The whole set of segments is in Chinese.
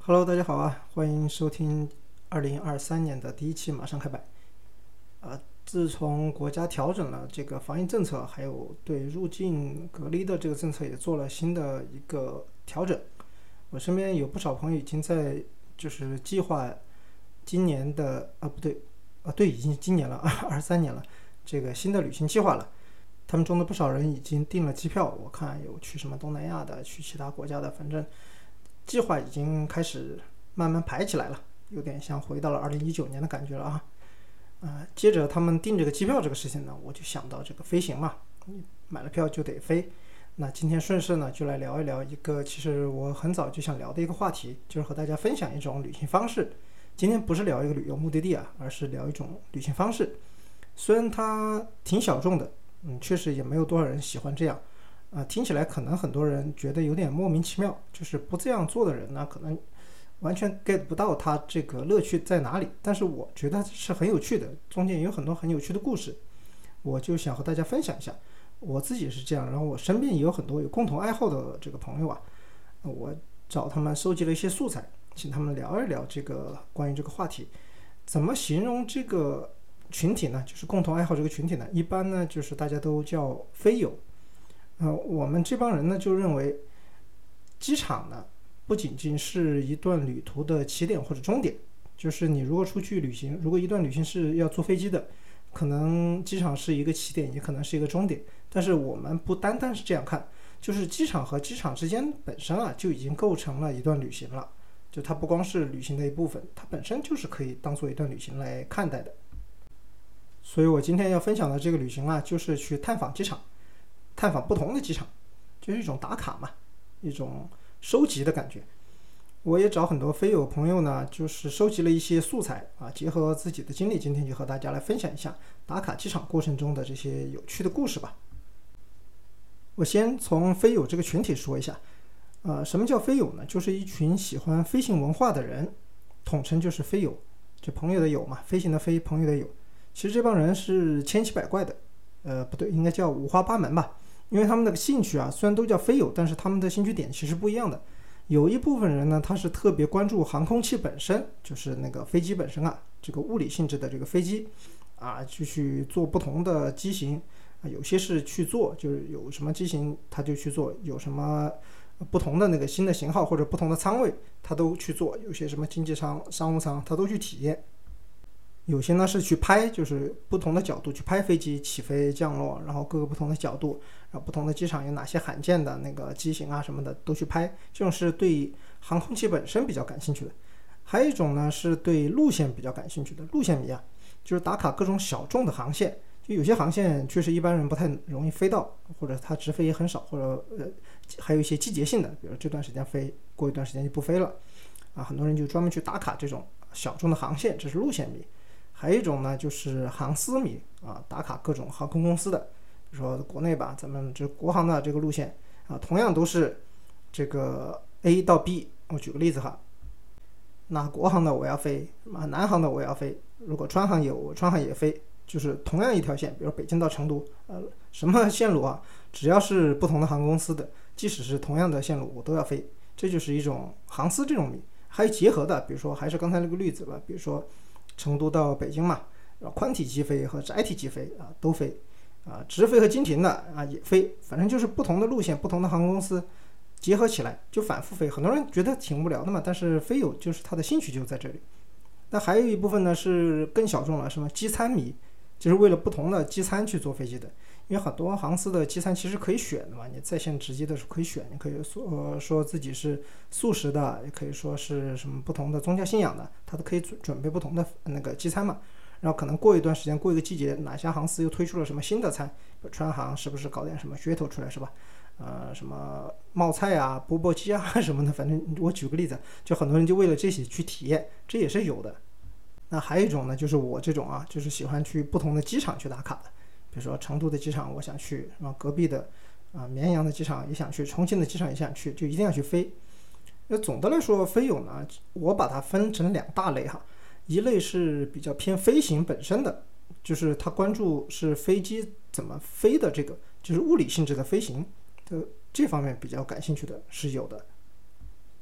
Hello，大家好啊，欢迎收听2023年的第一期马上开摆。自从国家调整了这个防疫政策，还有对入境隔离的这个政策也做了新的一个调整，我身边有不少朋友已经在计划今年的不对对，已经今年了23年了，这个新的旅行计划了。他们中的不少人已经订了机票，我看有去什么东南亚的，去其他国家的，反正计划已经开始慢慢排起来了，有点像回到了2019年的感觉了啊。接着他们订这个机票这个事情呢，我就想到这个飞行嘛，你买了票就得飞。那今天顺势呢，就来聊一聊一个其实我很早就想聊的一个话题，就是和大家分享一种旅行方式。今天不是聊一个旅游目的地啊，而是聊一种旅行方式。虽然它挺小众的，确实也没有多少人喜欢这样。听起来可能很多人觉得有点莫名其妙，就是不这样做的人呢，可能完全 get 不到它这个乐趣在哪里。但是我觉得是很有趣的，中间有很多很有趣的故事，我就想和大家分享一下。我自己是这样，然后我身边也有很多有共同爱好的这个朋友啊，我找他们收集了一些素材，请他们聊一聊这个关于这个话题。怎么形容这个群体呢？就是共同爱好这个群体呢，一般呢就是大家都叫飞友。我们这帮人呢就认为，机场呢不仅仅是一段旅途的起点或者终点，就是你如果出去旅行，如果一段旅行是要坐飞机的，可能机场是一个起点，也可能是一个终点。但是我们不单单是这样看，就是机场和机场之间本身就已经构成了一段旅行了，就它不光是旅行的一部分，它本身就是可以当做一段旅行来看待的。所以我今天要分享的这个旅行就是去探访机场。探访不同的机场，就是一种打卡嘛，一种收集的感觉。我也找很多飞友朋友呢，就是收集了一些素材结合自己的经历，今天就和大家来分享一下打卡机场过程中的这些有趣的故事吧。我先从飞友这个群体说一下，什么叫飞友呢？就是一群喜欢飞行文化的人，统称就是飞友，就朋友的友嘛，飞行的飞，朋友的友。其实这帮人是千奇百怪的，不对，应该叫五花八门吧。因为他们的兴趣虽然都叫飞友，但是他们的兴趣点其实不一样的。有一部分人呢，他是特别关注航空器本身，就是那个飞机本身这个物理性质的这个飞机就去做不同的机型有些是去做，就是有什么机型他就去做，有什么不同的那个新的型号或者不同的舱位他都去做，有些什么经济舱、商务舱他都去体验。有些呢是去拍，就是不同的角度去拍飞机起飞降落，然后各个不同的角度，然后不同的机场有哪些罕见的那个机型什么的都去拍，这种是对航空器本身比较感兴趣的。还有一种呢是对路线比较感兴趣的，路线迷就是打卡各种小众的航线，就有些航线确实一般人不太容易飞到，或者它直飞也很少，或者还有一些季节性的，比如这段时间飞，过一段时间就不飞了很多人就专门去打卡这种小众的航线，这是路线迷。还有一种呢，就是航司迷打卡各种航空公司的，比如说国内吧，咱们这国航的这个路线同样都是这个 A 到 B。我举个例子那国航的我要飞，南航的我要飞，如果川航有，川航也飞，就是同样一条线，比如北京到成都，什么线路只要是不同的航空公司的，即使是同样的线路，我都要飞，这就是一种航司这种迷。还有结合的，比如说还是刚才那个例子吧，比如说成都到北京嘛，宽体机飞和窄体机飞都飞直飞和经停的也飞，反正就是不同的路线，不同的航空公司结合起来就反复飞。很多人觉得挺无聊的嘛，但是飞友就是他的兴趣就在这里。那还有一部分呢是更小众了，什么机餐迷，就是为了不同的机餐去坐飞机的。因为很多航司的机餐其实可以选的嘛，你在线值机的时候可以选，你可以说自己是素食的，也可以说是什么不同的宗教信仰的，它都可以准备不同的那个机餐嘛。然后可能过一段时间，过一个季节，哪家航司又推出了什么新的餐，川航是不是搞点什么噱头出来是吧？什么冒菜钵钵鸡什么的，反正我举个例子，就很多人就为了这些去体验，这也是有的。那还有一种呢，就是我这种就是喜欢去不同的机场去打卡的。比如说成都的机场我想去，然后隔壁的绵阳的机场也想去，重庆的机场也想去，就一定要去飞。那总的来说，飞友呢，我把它分成两大类一类是比较偏飞行本身的，就是他关注是飞机怎么飞的，这个就是物理性质的飞行的这方面比较感兴趣的是有的。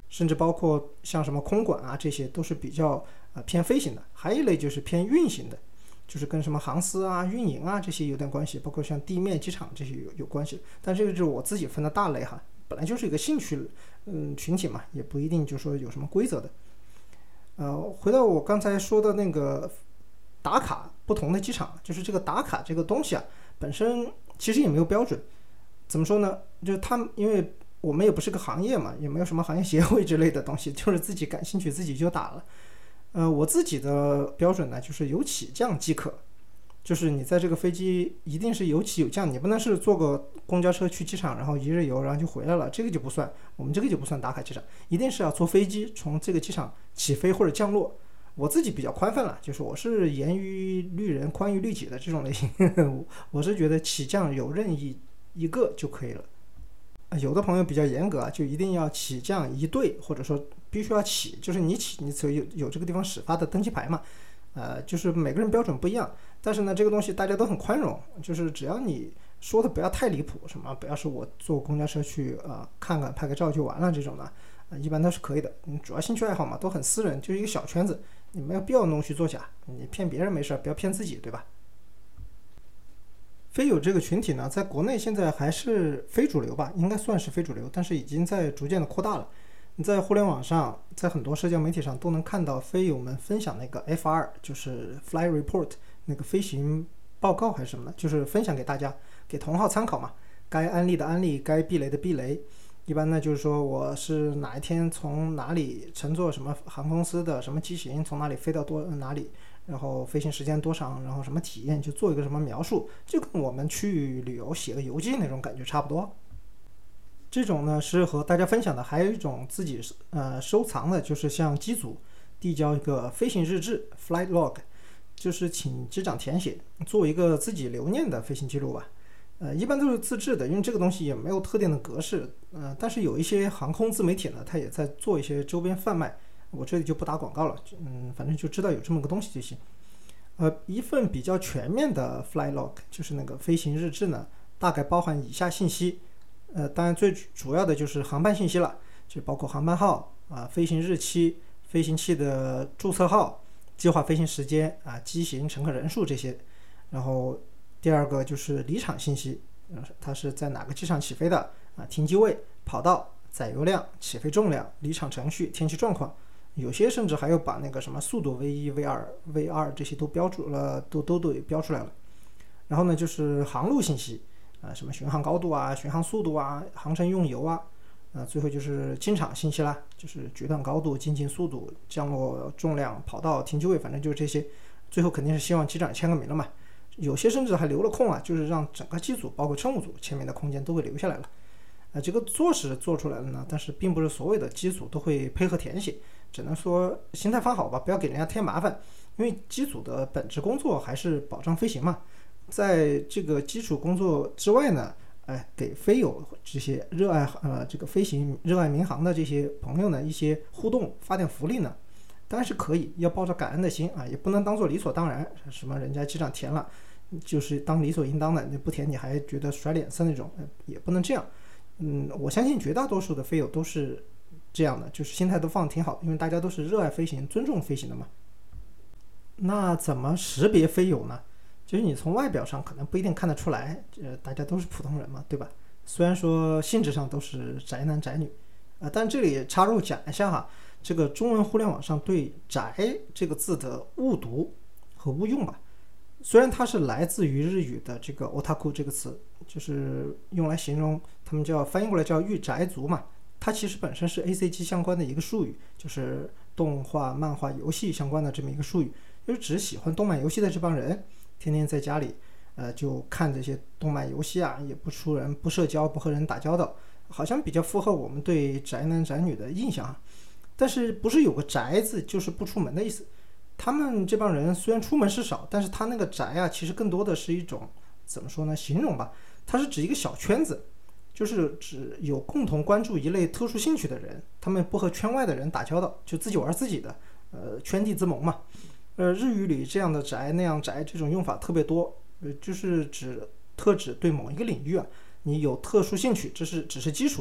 甚至包括像什么空管啊，这些都是比较偏飞行的。还有一类就是偏运行的，就是跟什么航司啊、运营啊这些有点关系，包括像地面机场这些有关系。但这个就是我自己分的大类哈，本来就是一个兴趣群体嘛，也不一定就说有什么规则的。回到我刚才说的那个打卡不同的机场，就是这个打卡这个东西啊，本身其实也没有标准。怎么说呢？就是因为我们也不是个行业嘛，也没有什么行业协会之类的东西，就是自己感兴趣自己就打了。我自己的标准呢，就是有起降即可。就是你在这个飞机一定是有起有降，你不能是坐个公交车去机场，然后一日游，然后就回来了，这个就不算。我们这个就不算打卡机场，一定是要坐飞机从这个机场起飞或者降落。我自己比较宽泛了，就是我是严于律人，宽于律己的这种类型。我是觉得起降有任意一个就可以了。有的朋友比较严格啊，就一定要起降一对，或者说必须要起，就是你起你才有这个地方始发的登机牌嘛。就是每个人标准不一样，但是呢，这个东西大家都很宽容，就是只要你说的不要太离谱，什么不要是我坐公交车去看看拍个照就完了这种的，一般都是可以的。你主要兴趣爱好嘛，都很私人，就是一个小圈子，你没有必要弄虚作假，你骗别人没事，不要骗自己，对吧？飞友这个群体呢，在国内现在还是非主流吧，应该算是非主流，但是已经在逐渐的扩大了。你在互联网上，在很多社交媒体上都能看到飞友们分享那个 FR， 就是 Fly Report 那个飞行报告还是什么的，就是分享给大家，给同号参考嘛。该安利的安利，该避雷的避雷。一般呢就是说我是哪一天从哪里乘坐什么航空公司的什么机型，从哪里飞到哪里，然后飞行时间多长，然后什么体验，就做一个什么描述，就跟我们去旅游写个游记那种感觉差不多。这种呢是和大家分享的，还有一种自己收藏的，就是向机组递交一个飞行日志 （flight log），就是请机长填写，做一个自己留念的飞行记录吧。一般都是自制的，因为这个东西也没有特定的格式。但是有一些航空自媒体呢，它也在做一些周边贩卖，我这里就不打广告了。反正就知道有这么个东西就行。一份比较全面的 flight log， 就是那个飞行日志呢，大概包含以下信息。当然最主要的就是航班信息了，就包括航班号飞行日期、飞行器的注册号、计划飞行时间机型、乘客人数这些。然后第二个就是离场信息，它是在哪个机场起飞的停机位、跑道、载油量、起飞重量、离场程序、天气状况。有些甚至还有把那个什么速度 V1、V2 这些都标注了，都标出来了。然后呢就是航路信息。什么巡航高度巡航速度航程用油最后就是进场信息啦，就是决断高度、进近速度、降落重量、跑道、停机位，反正就是这些。最后肯定是希望机长签个名了嘛，有些甚至还留了空就是让整个机组包括乘务组签名的空间都会留下来了。这个做是做出来了呢，但是并不是所有的机组都会配合填写，只能说心态放好吧，不要给人家添麻烦，因为机组的本职工作还是保障飞行嘛。在这个基础工作之外呢，给飞友这些热爱这个飞行、热爱民航的这些朋友呢，一些互动，发点福利呢，当然是可以，要抱着感恩的心也不能当做理所当然。什么人家机长填了，就是当理所应当的，你不填你还觉得甩脸色那种，也不能这样。我相信绝大多数的飞友都是这样的，就是心态都放挺好，因为大家都是热爱飞行、尊重飞行的嘛。那怎么识别飞友呢？就是你从外表上可能不一定看得出来，大家都是普通人嘛，对吧？虽然说性质上都是宅男宅女，但这里插入讲一下哈，这个中文互联网上对宅这个字的误读和误用吧。虽然它是来自于日语的这个 otaku 这个词，就是用来形容他们翻译过来叫御宅族嘛，它其实本身是 ACG 相关的一个术语，就是动画、漫画、游戏相关的这么一个术语，就是指喜欢动漫游戏的这帮人。天天在家里，就看这些动漫游戏也不出人，不社交，不和人打交道，好像比较符合我们对宅男宅女的印象但是不是有个宅字就是不出门的意思？他们这帮人虽然出门是少，但是他那个宅其实更多的是一种怎么说呢？形容吧，它是指一个小圈子，就是指有共同关注一类特殊兴趣的人，他们不和圈外的人打交道，就自己玩自己的，圈地自萌嘛。日语里这样的宅那样宅这种用法特别多，就是特指对某一个领域你有特殊兴趣，这是只是基础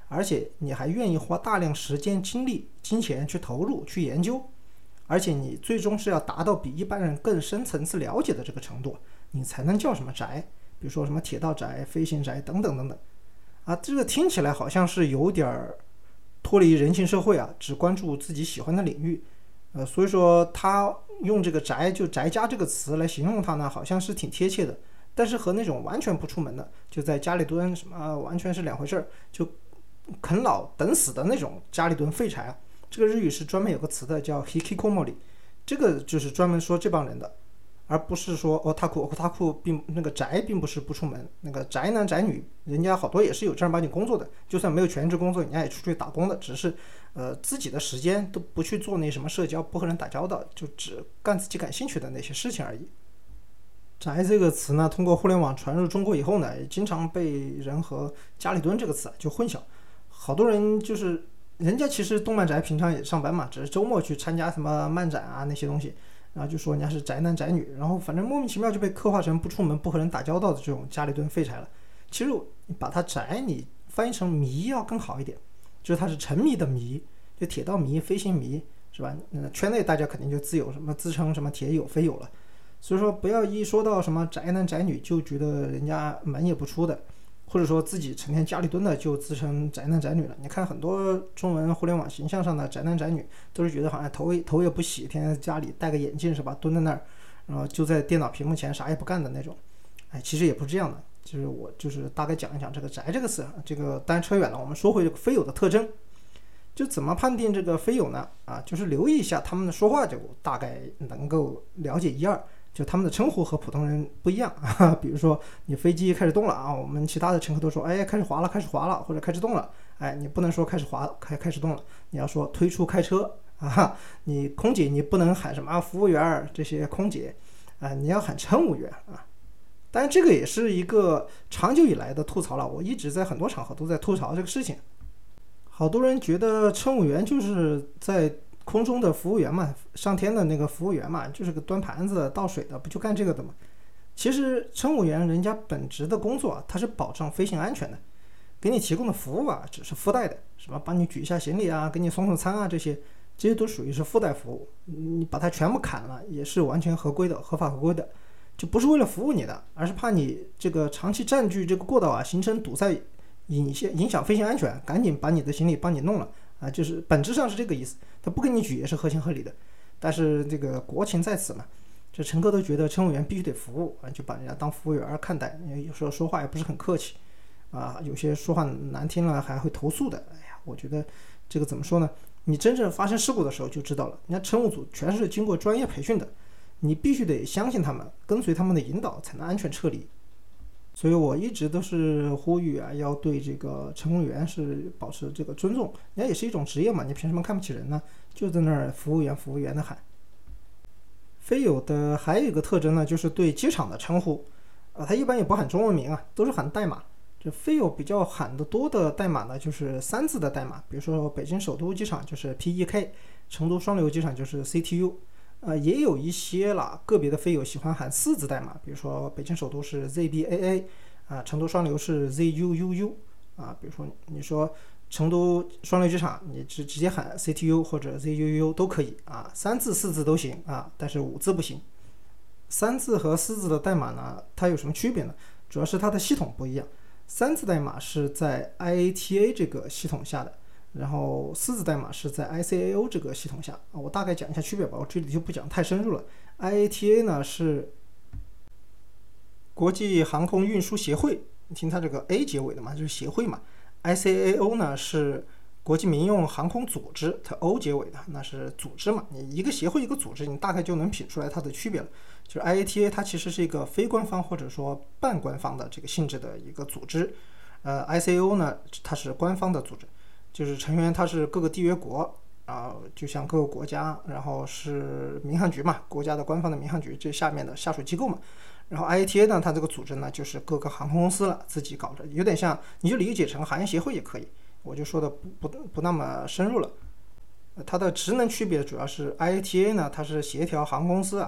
而且你还愿意花大量时间、精力、金钱去投入、去研究，而且你最终是要达到比一般人更深层次了解的这个程度，你才能叫什么宅，比如说什么铁道宅、飞行宅等等等等。这个听起来好像是有点脱离人情社会只关注自己喜欢的领域。所以说他用这个宅，就宅家这个词来形容他呢，好像是挺贴切的。但是和那种完全不出门的，就在家里蹲什么完全是两回事儿。就啃老等死的那种家里蹲废柴这个日语是专门有个词的，叫 hikikomori， 这个就是专门说这帮人的，而不是说otaku 那个宅并不是不出门，那个宅男宅女人家好多也是有正儿八经工作的，就算没有全职工作，人家也出去打工的，只是自己的时间都不去做那什么社交，不和人打交道，就只干自己感兴趣的那些事情而已。宅这个词呢，通过互联网传入中国以后呢，也经常被人和家里蹲这个词就混淆。好多人就是人家其实动漫宅平常也上班嘛，只是周末去参加什么漫展那些东西，然后就说人家是宅男宅女，然后反正莫名其妙就被刻画成不出门不和人打交道的这种家里蹲废柴了。其实你把它宅你翻译成迷要更好一点，就是它是沉迷的迷，就铁道迷、飞行迷是吧？圈内大家肯定就自称什么铁友、飞友了。所以说不要一说到什么宅男宅女就觉得人家门也不出的，或者说自己成天家里蹲的就自称宅男宅女了。你看很多中文互联网形象上的宅男宅女都是觉得好像头也不洗，天天在家里戴个眼镜是吧，蹲在那儿，然后就在电脑屏幕前啥也不干的那种。其实也不是这样的，就是我就是大概讲一讲这个宅这个词。这个当然扯远了，我们说回这个飞友的特征。就怎么判定这个飞友呢？就是留意一下他们的说话，就大概能够了解一二。就他们的称呼和普通人不一样比如说你飞机开始动了我们其他的乘客都说开始滑了，或者开始动了。你不能说开始滑开始动了，你要说推出开车你空姐你不能喊什么服务员这些空姐你要喊乘务员当然这个也是一个长久以来的吐槽了，我一直在很多场合都在吐槽这个事情。好多人觉得乘务员就是在空中的服务员嘛，上天的那个服务员嘛，就是个端盘子倒水的，不就干这个的吗？其实乘务员人家本职的工作它是保障飞行安全的，给你提供的服务只是附带的，什么帮你举一下行李给你送餐这些都属于是附带服务，你把它全部砍了也是完全合规的，合法合规的，就不是为了服务你的，而是怕你这个长期占据这个过道形成堵塞，影响飞行安全，赶紧把你的行李帮你弄了就是本质上是这个意思，他不跟你举也是合情合理的。但是这个国情在此嘛，这乘客都觉得乘务员必须得服务就把人家当服务员看待，有时候说话也不是很客气有些说话难听了还会投诉的。我觉得这个怎么说呢？你真正发生事故的时候就知道了，人家乘务组全是经过专业培训的，你必须得相信他们，跟随他们的引导才能安全撤离。所以我一直都是呼吁要对这个乘务员是保持这个尊重，人家也是一种职业嘛，你凭什么看不起人呢？就在那儿服务员的喊。飞友的还有一个特征呢，就是对机场的称呼他一般也不喊中文名都是喊代码。这飞友比较喊得多的代码呢，就是3字的代码，比如说北京首都机场就是 PEK， 成都双流机场就是 CTU。也有一些个别的飞友喜欢喊4字代码，比如说北京首都是 ZBAA，成都双流是 ZUUU，比如说你说成都双流机场，你直接喊 CTU 或者 ZUUU 都可以3字4字都行但是5字不行。3字和4字的代码呢，它有什么区别呢？主要是它的系统不一样。3字代码是在 IATA 这个系统下的，然后4字代码是在 ICAO 这个系统下我大概讲一下区别吧，我这里就不讲太深入了。IATA 呢是国际航空运输协会，你听它这个 A 结尾的嘛，就是协会嘛。ICAO 呢是国际民用航空组织，它 O 结尾的那是组织嘛，你一个协会一个组织，你大概就能品出来它的区别了。就是 IATA 它其实是一个非官方或者说半官方的这个性质的一个组织，ICAO 呢它是官方的组织，就是成员它是各个缔约国就像各个国家，然后是民航局嘛，国家的官方的民航局，这下面的下属机构嘛。然后 IATA 呢，它这个组织呢就是各个航空公司了，自己搞着，有点像你就理解成航业协会也可以，我就说的不那么深入了。它的职能区别主要是 IATA 呢，它是协调航空公司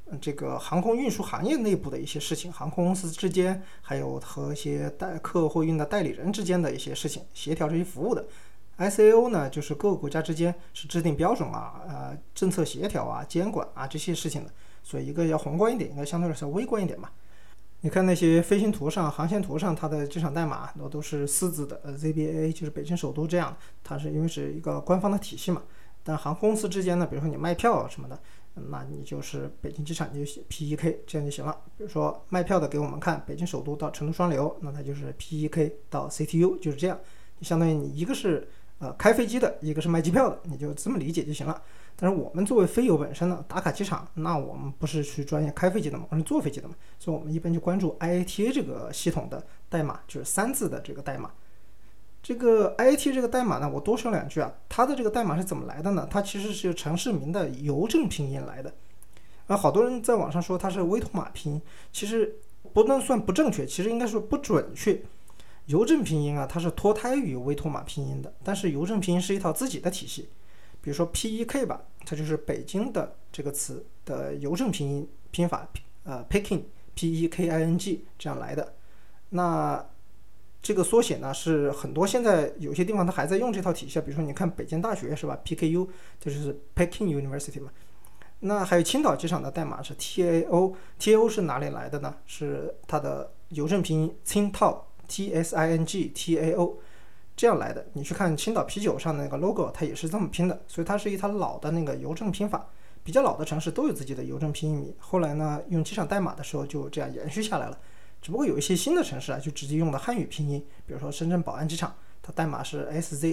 这个航空运输行业内部的一些事情，航空公司之间，还有和一些客货运的代理人之间的一些事情，协调这些服务的。ICAO 呢，就是各个国家之间是制定标准啊、政策协调啊、监管啊这些事情的，所以一个要宏观一点，一个相对来说微观一点嘛。你看那些飞行图上、航线图上，它的机场代码都是4字的，ZBAA 就是北京首都这样，它是因为是一个官方的体系嘛。但航空公司之间呢，比如说你卖票什么的，那你就是北京机场你就写 P1K 这样就行了。比如说卖票的给我们看北京首都到成都双流，那它就是 P1K 到 CTU 就是这样，相当于你一个是开飞机的，一个是卖机票的，你就这么理解就行了。但是我们作为飞友本身呢，打卡机场，那我们不是去专业开飞机的嘛，我们是坐飞机的嘛，所以我们一般就关注 IATA 这个系统的代码，就是3字的这个代码。这个 IATA 这个代码呢，我多说两句啊，它的这个代码是怎么来的呢？它其实是陈世民的邮政拼音来的。好多人在网上说它是威妥玛拼音，其实不能算不正确，其实应该说不准确。邮政拼音啊，它是脱胎于威妥玛拼音的，但是邮政拼音是一套自己的体系。比如说 P1K 吧，它就是北京的这个词的邮政拼法，Peking P-E-K-I-N-G 这样来的。那这个缩写呢，是很多现在有些地方它还在用这套体系，比如说你看北京大学是吧 ，PKU 这就是 Peking University 嘛。那还有青岛机场的代码是 TAO 是哪里来的呢？是它的邮政拼音青岛 TSING-TAO 这样来的。你去看青岛啤酒上的那个 logo， 它也是这么拼的，所以它是一套老的那个邮政拼法。比较老的城市都有自己的邮政拼音谜，后来呢用机场代码的时候就这样延续下来了。只不过有一些新的城市啊，就直接用的汉语拼音，比如说深圳宝安机场，它代码是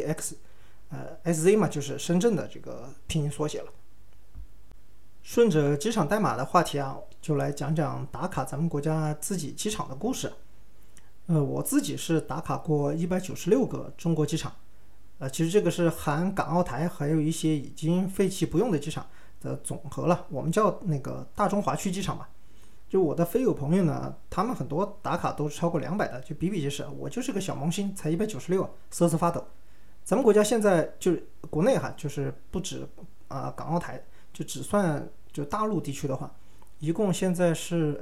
SZX，SZ 嘛就是深圳的这个拼音缩写了。顺着机场代码的话题啊，就来讲讲打卡咱们国家自己机场的故事。我自己是打卡过196个中国机场，其实这个是含港澳台还有一些已经废弃不用的机场的总和了，我们叫那个大中华区机场吧。就我的飞友朋友呢，他们很多打卡都是超过200的，就比比皆是。我就是个小萌新，才196，瑟瑟发抖。咱们国家现在就是国内哈，就是不止港澳台，就只算就大陆地区的话，一共现在是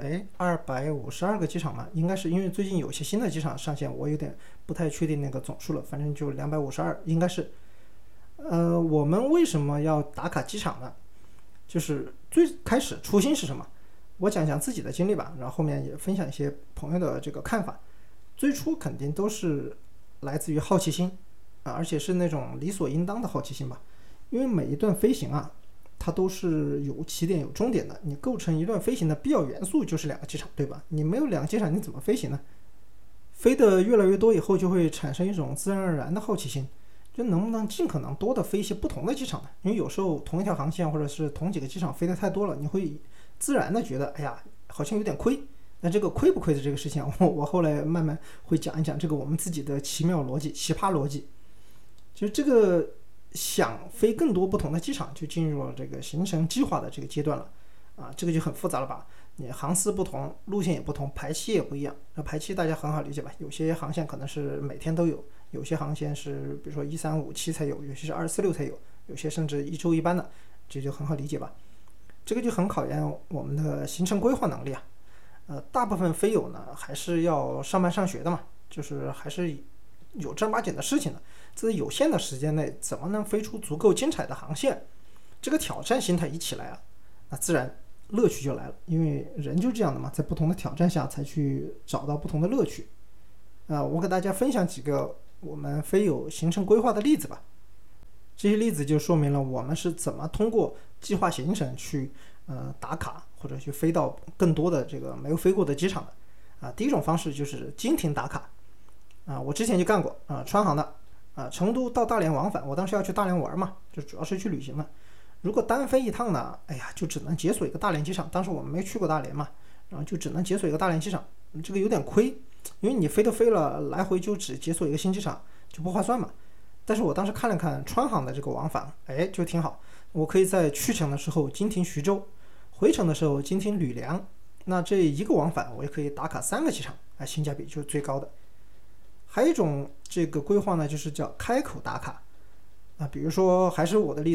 252个机场嘛，应该是因为最近有些新的机场上线，我有点不太确定那个总数了，反正就252应该是。我们为什么要打卡机场呢？就是最开始初心是什么？我讲讲自己的经历吧，然后后面也分享一些朋友的这个看法。最初肯定都是来自于好奇心而且是那种理所应当的好奇心吧。因为每一段飞行啊，它都是有起点有终点的，你构成一段飞行的必要元素就是2个机场，对吧？你没有2个机场你怎么飞行呢？飞得越来越多以后，就会产生一种自然而然的好奇心，就能不能尽可能多的飞一些不同的机场呢？因为有时候同一条航线或者是同几个机场飞得太多了，你会自然的觉得，哎呀，好像有点亏。那这个亏不亏的这个事情，我后来慢慢会讲一讲这个我们自己的奇妙逻辑、奇葩逻辑。就这个想飞更多不同的机场，就进入了这个行程计划的这个阶段了。这个就很复杂了吧？你航司不同，路线也不同，排期也不一样。那排期大家很好理解吧？有些航线可能是每天都有，有些航线是比如说1、3、5、7才有，有些是2、4、6才有，有些甚至1周1班的，这就很好理解吧？这个就很考验我们的行程规划能力啊。大部分飞友呢还是要上班上学的嘛，就是还是有正儿八经的事情的。在有限的时间内，怎么能飞出足够精彩的航线？这个挑战心态一起来啊，那自然乐趣就来了。因为人就这样的嘛，在不同的挑战下才去找到不同的乐趣。我给大家分享几个我们飞友行程规划的例子吧。这些例子就说明了我们是怎么通过计划行程去打卡或者去飞到更多的这个没有飞过的机场的。第一种方式就是经停打卡。我之前就干过川航的成都到大连往返，我当时要去大连玩嘛，就主要是去旅行嘛。如果单飞一趟呢，哎呀，就只能解锁一个大连机场。当时我们没去过大连嘛，然后就只能解锁一个大连机场，这个有点亏，因为你飞都飞了，来回就只解锁一个新机场，就不划算嘛。但是我当时看了看川航的这个往返，就挺好。我可以在去程的时候经停徐州，回程的时候经停吕梁，那这一个往返我也可以打卡3个机场，性价比就是最高的。还有一种这个规划呢，就是叫开口打卡比如说还是我的例子，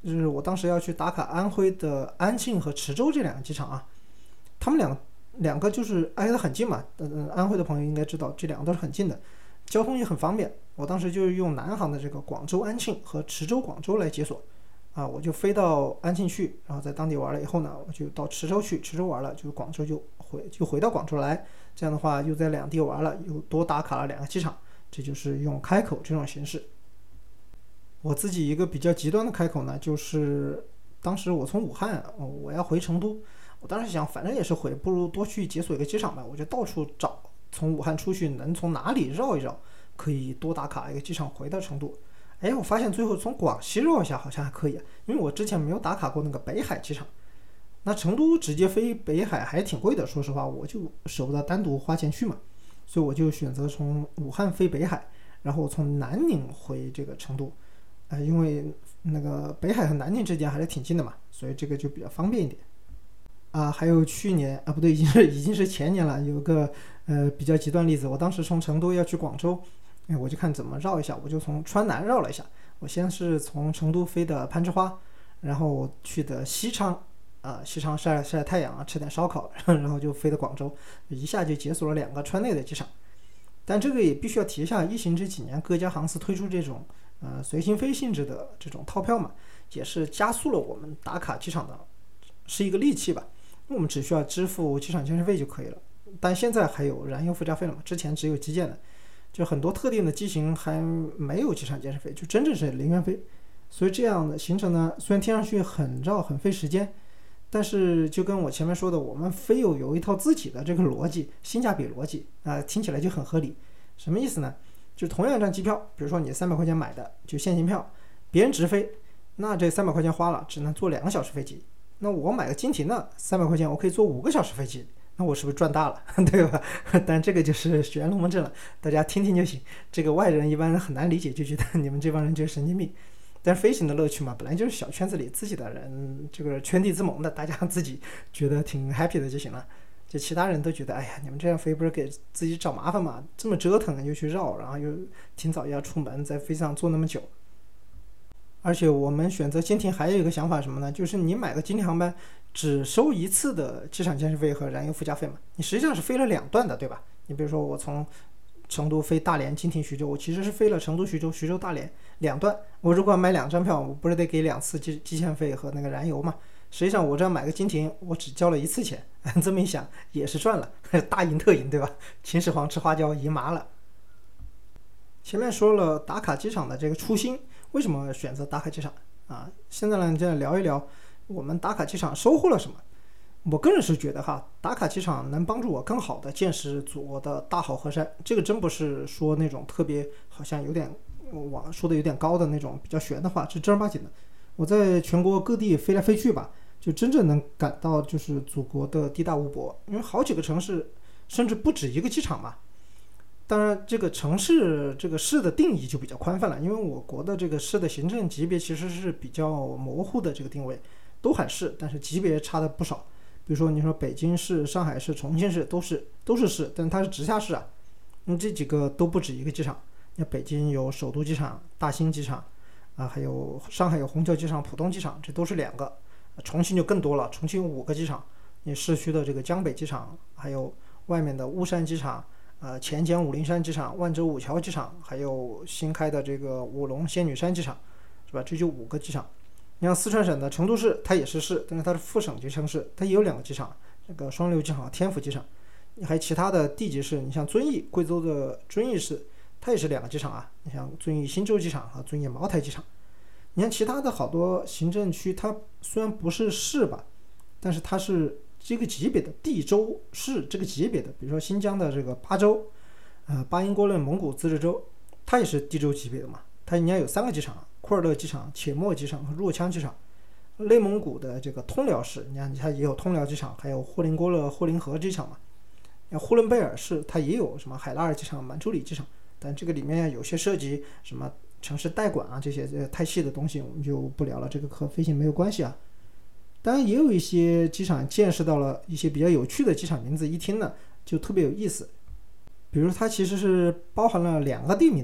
就是我当时要去打卡安徽的安庆和池州这两个机场啊，他们两个就是挨得很近嘛。安徽的朋友应该知道，这两个都是很近的，交通也很方便。我当时就是用南航的这个广州安庆和池州广州来解锁啊，我就飞到安庆去，然后在当地玩了以后呢，我就到池州去，池州玩了，就广州就回到广州来，这样的话又在两地玩了，又多打卡了两个机场，这就是用开口这种形式。我自己一个比较极端的开口呢，就是当时我从武汉，我要回成都，我当时想反正也是回，不如多去解锁一个机场吧，我就到处找，从武汉出去能从哪里绕一绕，可以多打卡一个机场回到成都。我发现最后从广西绕一下好像还可以，因为我之前没有打卡过那个北海机场。那成都直接飞北海还挺贵的，说实话我就舍不得单独花钱去嘛，所以我就选择从武汉飞北海，然后从南宁回这个成都。因为那个北海和南宁之间还是挺近的嘛，所以这个就比较方便一点。还有去年不对，已经是前年了，有个比较极端例子，我当时从成都要去广州，我就看怎么绕一下，我就从川南绕了一下。我先是从成都飞的攀枝花，然后去的西昌，西昌晒晒太阳啊，吃点烧烤，然后就飞到广州，一下就解锁了两个川内的机场。但这个也必须要提一下，疫情这几年各家航司推出这种随心飞性质的这种套票嘛，也是加速了我们打卡机场的，是一个利器吧。我们只需要支付机场建设费就可以了，但现在还有燃油附加费了嘛？之前只有基建的，就很多特定的机型还没有机场建设费，就真正是零元飞。所以这样的行程呢，虽然听上去很绕很费时间，但是就跟我前面说的，我们飞有一套自己的这个逻辑，性价比逻辑听起来就很合理。什么意思呢？就同样一张机票，比如说你300块钱买的就现行票，别人直飞，那这300块钱花了，只能坐2个小时飞机。那我买个经停的300块钱，我可以坐5个小时飞机，那我是不是赚大了，对吧？但这个就是悬龙门阵了，大家听听就行。这个外人一般很难理解，就觉得你们这帮人就是神经病。但飞行的乐趣嘛，本来就是小圈子里自己的人，这个圈地自萌的，大家自己觉得挺 happy 的就行了。就其他人都觉得，哎呀，你们这样飞不是给自己找麻烦吗？这么折腾又去绕，然后又挺早要出门，在飞机上坐那么久。而且我们选择经停还有一个想法什么呢？就是你买个经停航班，只收一次的机场建设费和燃油附加费嘛，你实际上是飞了2段的，对吧？你比如说我从成都飞大连经停徐州，我其实是飞了成都徐州、徐州大连2段。我如果要买2张票，我不是得给2次基建费和那个燃油嘛？实际上我这样买个经停，我只交了1次钱，这么一想也是赚了，大赢特赢，对吧？秦始皇吃花椒赢麻了。前面说了打卡机场的这个初心，为什么选择打卡机场现在呢，再聊一聊我们打卡机场收获了什么。我个人是觉得打卡机场能帮助我更好的见识祖国的大好河山，这个真不是说那种特别好像有点说的有点高的那种比较玄的话，是正儿八经的。我在全国各地飞来飞去吧，就真正能感到就是祖国的地大物博，因为好几个城市，甚至不止一个机场嘛。当然，这个城市这个市的定义就比较宽泛了，因为我国的这个市的行政级别其实是比较模糊的这个定位，都喊市，但是级别差的不少。比如说你说北京市、上海市、重庆市都是市，但它是直辖市这几个都不止一个机场。那北京有首都机场、大兴机场还有上海有虹桥机场、浦东机场，这都是2个。重庆就更多了，重庆有5个机场，你市区的这个江北机场，还有外面的巫山机场。钱江武陵山机场、万州五桥机场，还有新开的这个武隆仙女山机场，是吧？这就5个机场。你像四川省的成都市，它也是市，但是它是副省级城市，它也有2个机场，这个双流机场、天府机场。还有其他的地级市，你像遵义，贵州的遵义市，它也是2个机场你像遵义新洲机场和遵义茅台机场。你看其他的好多行政区，它虽然不是市吧，但是它是这个级别的地州市这个级别的，比如说新疆的这个巴州，巴音郭楞蒙古自治州，它也是地州级别的嘛。它应该有3个机场，库尔勒机场、且末机场和若羌机场。内蒙古的这个通辽市，你看它也有通辽机场，还有呼伦郭勒、呼伦河机场嘛。呼伦贝尔市它也有什么海拉尔机场、满洲里机场，但这个里面有些涉及什么城市代管这些太细的东西，我们就不聊了，这个和飞行没有关系当然也有一些机场见识到了一些比较有趣的机场名字，一听呢就特别有意思。比如它其实是包含了2个地名的，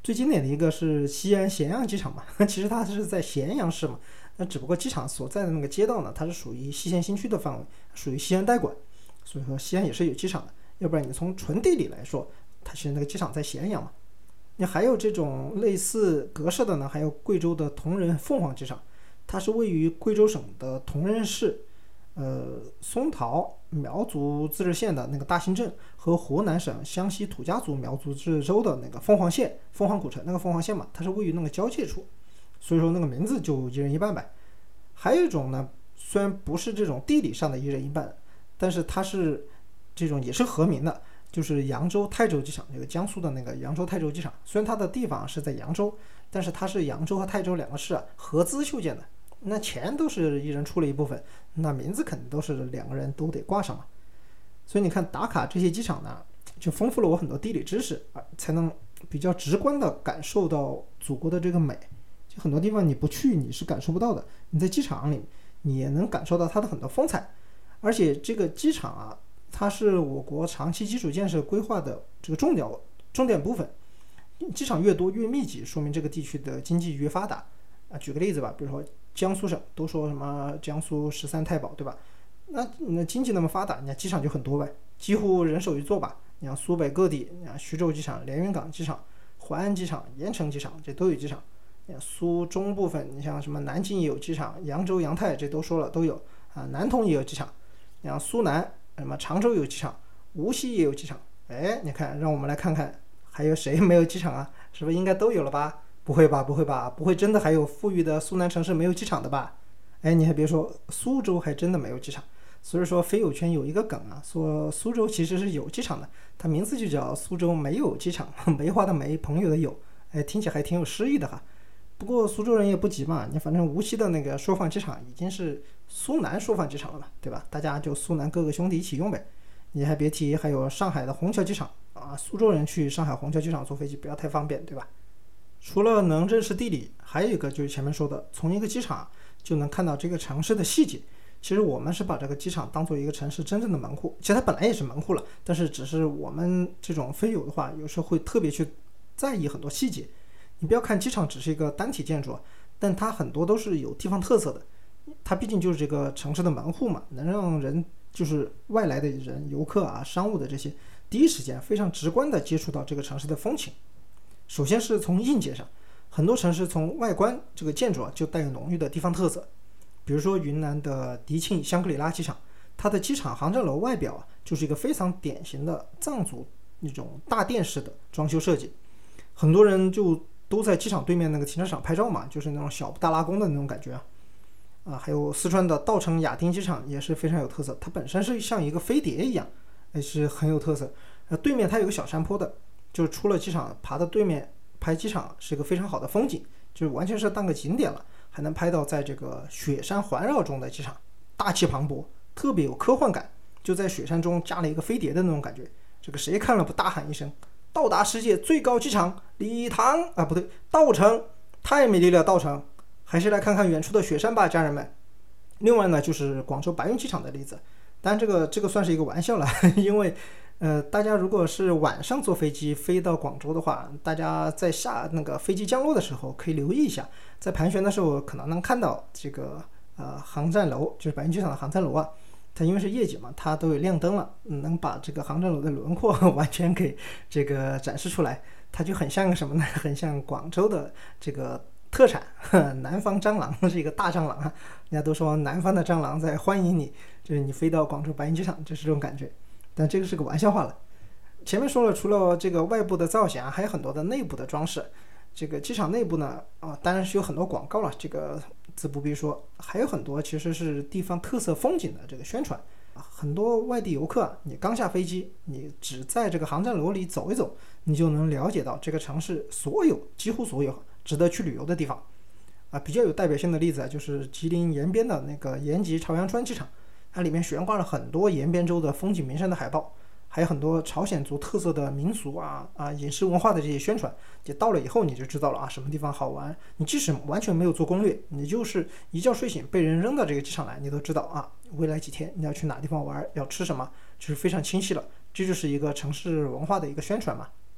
最经典的一个是西安咸阳机场嘛，其实它是在咸阳市嘛，那只不过机场所在的那个街道呢，它是属于西咸新区的范围，属于西安代管，所以说西安也是有机场的。要不然你从纯地理来说，它其实那个机场在咸阳嘛。那还有这种类似格式的呢，还有贵州的铜仁凤凰机场，它是位于贵州省的铜仁市，松桃苗族自治县的那个大兴镇和湖南省湘西土家族苗族自治州的那个凤凰县凤凰古城那个凤凰县嘛，它是位于那个交界处，所以说那个名字就一人一半呗。还有一种呢，虽然不是这种地理上的一人一半，但是它是这种也是合名的，就是扬州泰州机场，这个江苏的那个扬州泰州机场，虽然它的地方是在扬州，但是它是扬州和泰州两个市合资修建的，那钱都是一人出了一部分，那名字肯定都是两个人都得挂上嘛。所以你看打卡这些机场呢，就丰富了我很多地理知识才能比较直观的感受到祖国的这个美。就很多地方你不去你是感受不到的，你在机场里你也能感受到它的很多风采。而且这个机场它是我国长期基础建设规划的这个重点部分，机场越多越密集，说明这个地区的经济越发达举个例子吧，比如说江苏省都说什么江苏13太保，对吧？那经济那么发达，你看机场就很多呗，几乎人手一座吧。你像苏北各地，你看徐州机场、连云港机场、淮安机场、盐城机场，这都有机场。你看苏中部分，你像什么南京也有机场，扬州、扬泰这都说了都有南通也有机场。你像苏南什么常州有机场，无锡也有机场。你看，让我们来看看还有谁没有机场是不是应该都有了吧？不会吧，不会吧，不会真的还有富裕的苏南城市没有机场的吧？你还别说，苏州还真的没有机场。所以说，飞友圈有一个梗说苏州其实是有机场的，它名字就叫苏州没有机场，梅花的梅，朋友的友，听起来还挺有诗意的哈。不过苏州人也不急嘛，你反正无锡的那个缩放机场已经是苏南缩放机场了嘛，对吧？大家就苏南各个兄弟一起用呗。你还别提还有上海的虹桥机场苏州人去上海虹桥机场坐飞机不要太方便，对吧？除了能认识地理，还有一个就是前面说的，从一个机场就能看到这个城市的细节。其实我们是把这个机场当做一个城市真正的门户，其实它本来也是门户了，但是只是我们这种飞友的话，有时候会特别去在意很多细节。你不要看机场只是一个单体建筑，但它很多都是有地方特色的。它毕竟就是这个城市的门户嘛，能让人就是外来的人、游客商务的这些，第一时间非常直观的接触到这个城市的风情。首先是从硬件上，很多城市从外观这个建筑就带有浓郁的地方特色。比如说云南的迪庆香格里拉机场，它的机场航站楼外表就是一个非常典型的藏族那种大殿式的装修设计，很多人就都在机场对面那个停车场拍照嘛，就是那种小布达拉宫的那种感觉还有四川的稻城亚丁机场也是非常有特色，它本身是像一个飞碟一样，也是很有特色。对面它有个小山坡的，就是出了机场爬到对面拍机场是一个非常好的风景，就是完全是当个景点了。还能拍到在这个雪山环绕中的机场，大气磅礴，特别有科幻感，就在雪山中加了一个飞碟的那种感觉。这个谁看了不大喊一声，到达世界最高机场礼堂不对，稻城，太美丽了稻城。还是来看看远处的雪山吧，家人们。另外呢，就是广州白云机场的例子，当然这个算是一个玩笑了，因为大家如果是晚上坐飞机飞到广州的话，大家在下那个飞机降落的时候可以留意一下，在盘旋的时候可能能看到这个航站楼，就是白云机场的航站楼它因为是夜景嘛，它都有亮灯了，能把这个航站楼的轮廓完全给这个展示出来，它就很像什么呢？很像广州的这个特产南方蟑螂，是一个大蟑螂人家都说南方的蟑螂在欢迎你，就是你飞到广州白云机场就是这种感觉。但这个是个玩笑话了。前面说了，除了这个外部的造型还有很多的内部的装饰。这个机场内部呢当然是有很多广告了，这个自不必说，还有很多其实是地方特色风景的这个宣传很多外地游客你刚下飞机，你只在这个航站楼里走一走，你就能了解到这个城市几乎所有值得去旅游的地方比较有代表性的例子就是吉林延边的那个延吉朝阳川机场，它里面悬挂了很多延边州的风景名胜的海报，还有很多朝鲜族特色的民俗饮食文化的这些宣传。就到了以后你就知道了什么地方好玩，你即使完全没有做攻略，你就是一觉睡醒被人扔到这个机场来，你都知道未来几天你要去哪地方玩，要吃什么，就是非常清晰了。这就是一个城市文化的一个宣传嘛。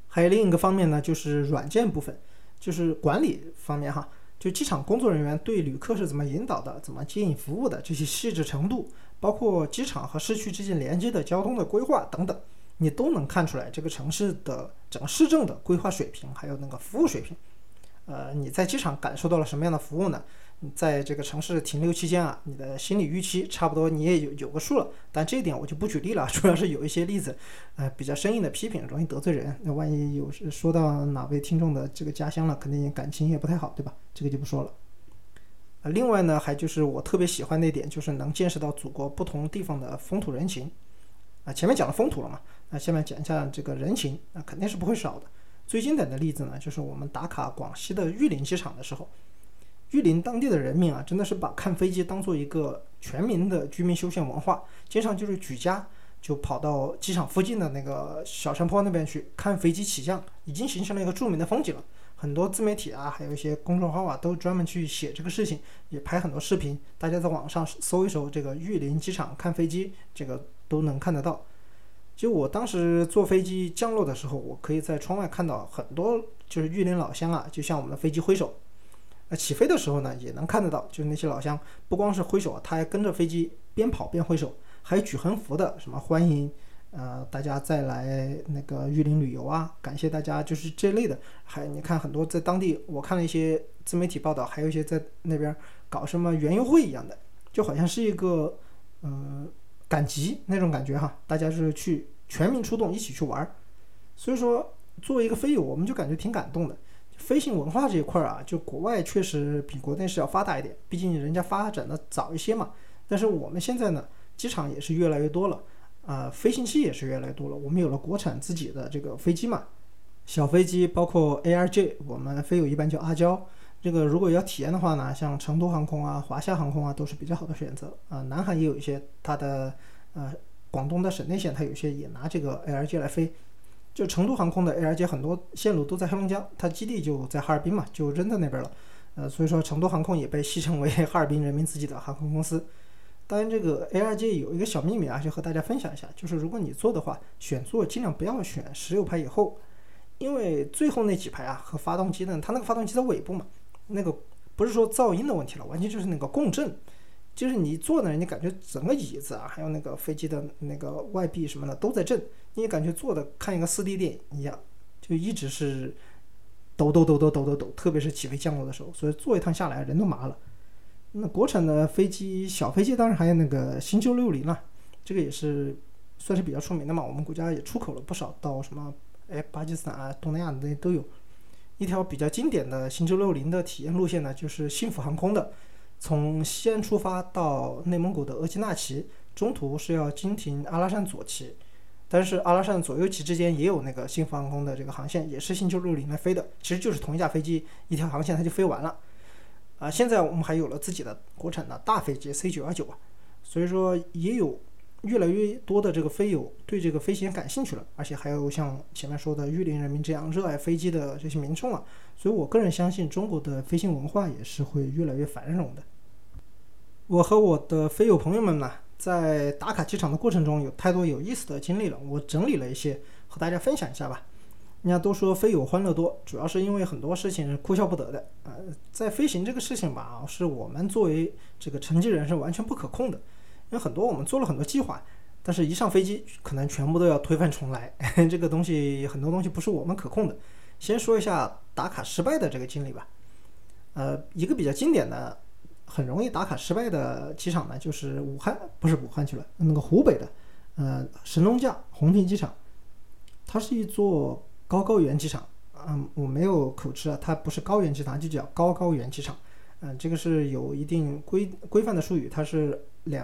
还有另一个方面呢，就是软件部分，就是管理方面哈，就机场工作人员对旅客是怎么引导的，怎么接引服务的，这些细致程度，包括机场和市区之间连接的交通的规划等等，你都能看出来这个城市的整个市政的规划水平，还有那个服务水平。你在机场感受到了什么样的服务呢？你在这个城市停留期间啊，你的心理预期差不多你也有个数了。但这一点我就不举例了，主要是有一些例子，比较生硬的批评容易得罪人。那万一有说到哪位听众的这个家乡了，肯定感情也不太好，对吧？这个就不说了。另外呢，还就是我特别喜欢的一点，就是能见识到祖国不同地方的风土人情。前面讲了风土了嘛，那下面讲一下这个人情，那肯定是不会少的。最经典的例子呢，就是我们打卡广西的玉林机场的时候，玉林当地的人民啊，真的是把看飞机当做一个全民的居民休闲文化，经常就是举家就跑到机场附近的那个小山坡那边去看飞机起降，已经形成了一个著名的风景了。很多自媒体啊，还有一些公众号啊，都专门去写这个事情，也拍很多视频。大家在网上搜一搜这个玉林机场看飞机，这个都能看得到。就我当时坐飞机降落的时候，我可以在窗外看到很多就是玉林老乡啊，就向我们的飞机挥手。起飞的时候呢，也能看得到，就是那些老乡不光是挥手啊，他还跟着飞机边跑边挥手，还有举横幅的，什么欢迎大家再来那个玉林旅游啊，感谢大家，就是这类的。还你看很多在当地，我看了一些自媒体报道，还有一些在那边搞什么园游会一样的，就好像是一个赶集那种感觉哈，大家是去全民出动一起去玩。所以说作为一个飞友，我们就感觉挺感动的。飞行文化这一块啊，就国外确实比国内是要发达一点，毕竟人家发展的早一些嘛。但是我们现在呢，机场也是越来越多了，飞行器也是越来越多了。我们有了国产自己的这个飞机嘛，小飞机包括 ARJ， 我们飞友一般叫阿胶。这个如果要体验的话呢，像成都航空啊、华夏航空啊，都是比较好的选择。南韩也有一些，它的广东的省内线，它有些也拿这个 ARJ 来飞。就成都航空的 ARJ 很多线路都在黑龙江，它基地就在哈尔滨嘛，就扔在那边了。所以说成都航空也被戏称为哈尔滨人民自己的航空公司。当然，这个 ARJ 有一个小秘密啊，就和大家分享一下，就是如果你坐的话，选座尽量不要选16排以后，因为最后那几排啊和发动机呢，它那个发动机在尾部嘛，那个不是说噪音的问题了，完全就是那个共振。就是你坐那，你感觉整个椅子啊，还有那个飞机的那个外壁什么的都在震，你也感觉坐的看一个4D 电影一样，就一直是抖抖抖抖抖抖抖，特别是起飞降落的时候，所以坐一趟下来人都麻了。那国产的飞机，小飞机当然还有那个新旧60了，这个也是算是比较出名的嘛，我们国家也出口了不少到什么巴基斯坦啊、东南亚的都有。一条比较经典的新旧60的体验路线呢，就是幸福航空的。从西安出发到内蒙古的额济纳旗，中途是要经停阿拉善左旗，但是阿拉善左右旗之间也有那个幸福航空的这个航线，也是新旧60来飞的，其实就是同一架飞机一条航线它就飞完了。现在我们还有了自己的国产的大飞机 C919啊，所以说也有越来越多的这个飞友对这个飞行感兴趣了，而且还有像前面说的玉林人民这样热爱飞机的这些民众啊，所以我个人相信中国的飞行文化也是会越来越繁荣的。我和我的飞友朋友们呢，在打卡机场的过程中有太多有意思的经历了，我整理了一些和大家分享一下吧。人家都说飞友欢乐多，主要是因为很多事情是哭笑不得的。在飞行这个事情吧，是我们作为这个乘机人是完全不可控的，因为很多我们做了很多计划，但是一上飞机可能全部都要推翻重来，这个东西很多东西不是我们可控的。先说一下打卡失败的这个经历吧。一个比较经典的很容易打卡失败的机场呢，就是不是武汉去了，那个湖北的神农架红坪机场，它是一座高原机场。我没有口吃啊，它不是高原机场，就叫高原机场。这个是有一定规范的术语，它是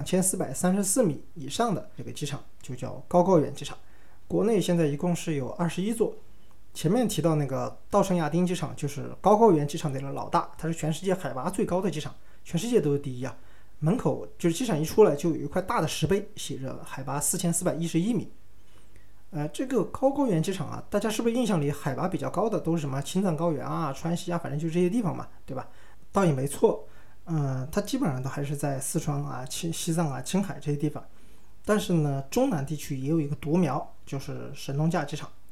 2434米以上的这个机场就叫高原机场。国内现在一共是有21座。前面提到那个稻城亚丁机场就是高原机场的老大，它是全世界海拔最高的机场，全世界都是第一啊。门口就是机场一出来就有一块大的石碑，写着海拔4411米。这个高原机场啊，大家是不是印象里海拔比较高的都是什么青藏高原啊、川西啊，反正就这些地方嘛，对吧？倒也没错，它基本上都还是在四川啊、西藏啊、青海这些地方。但是呢，中南地区也有一个独苗，就是神农架机场。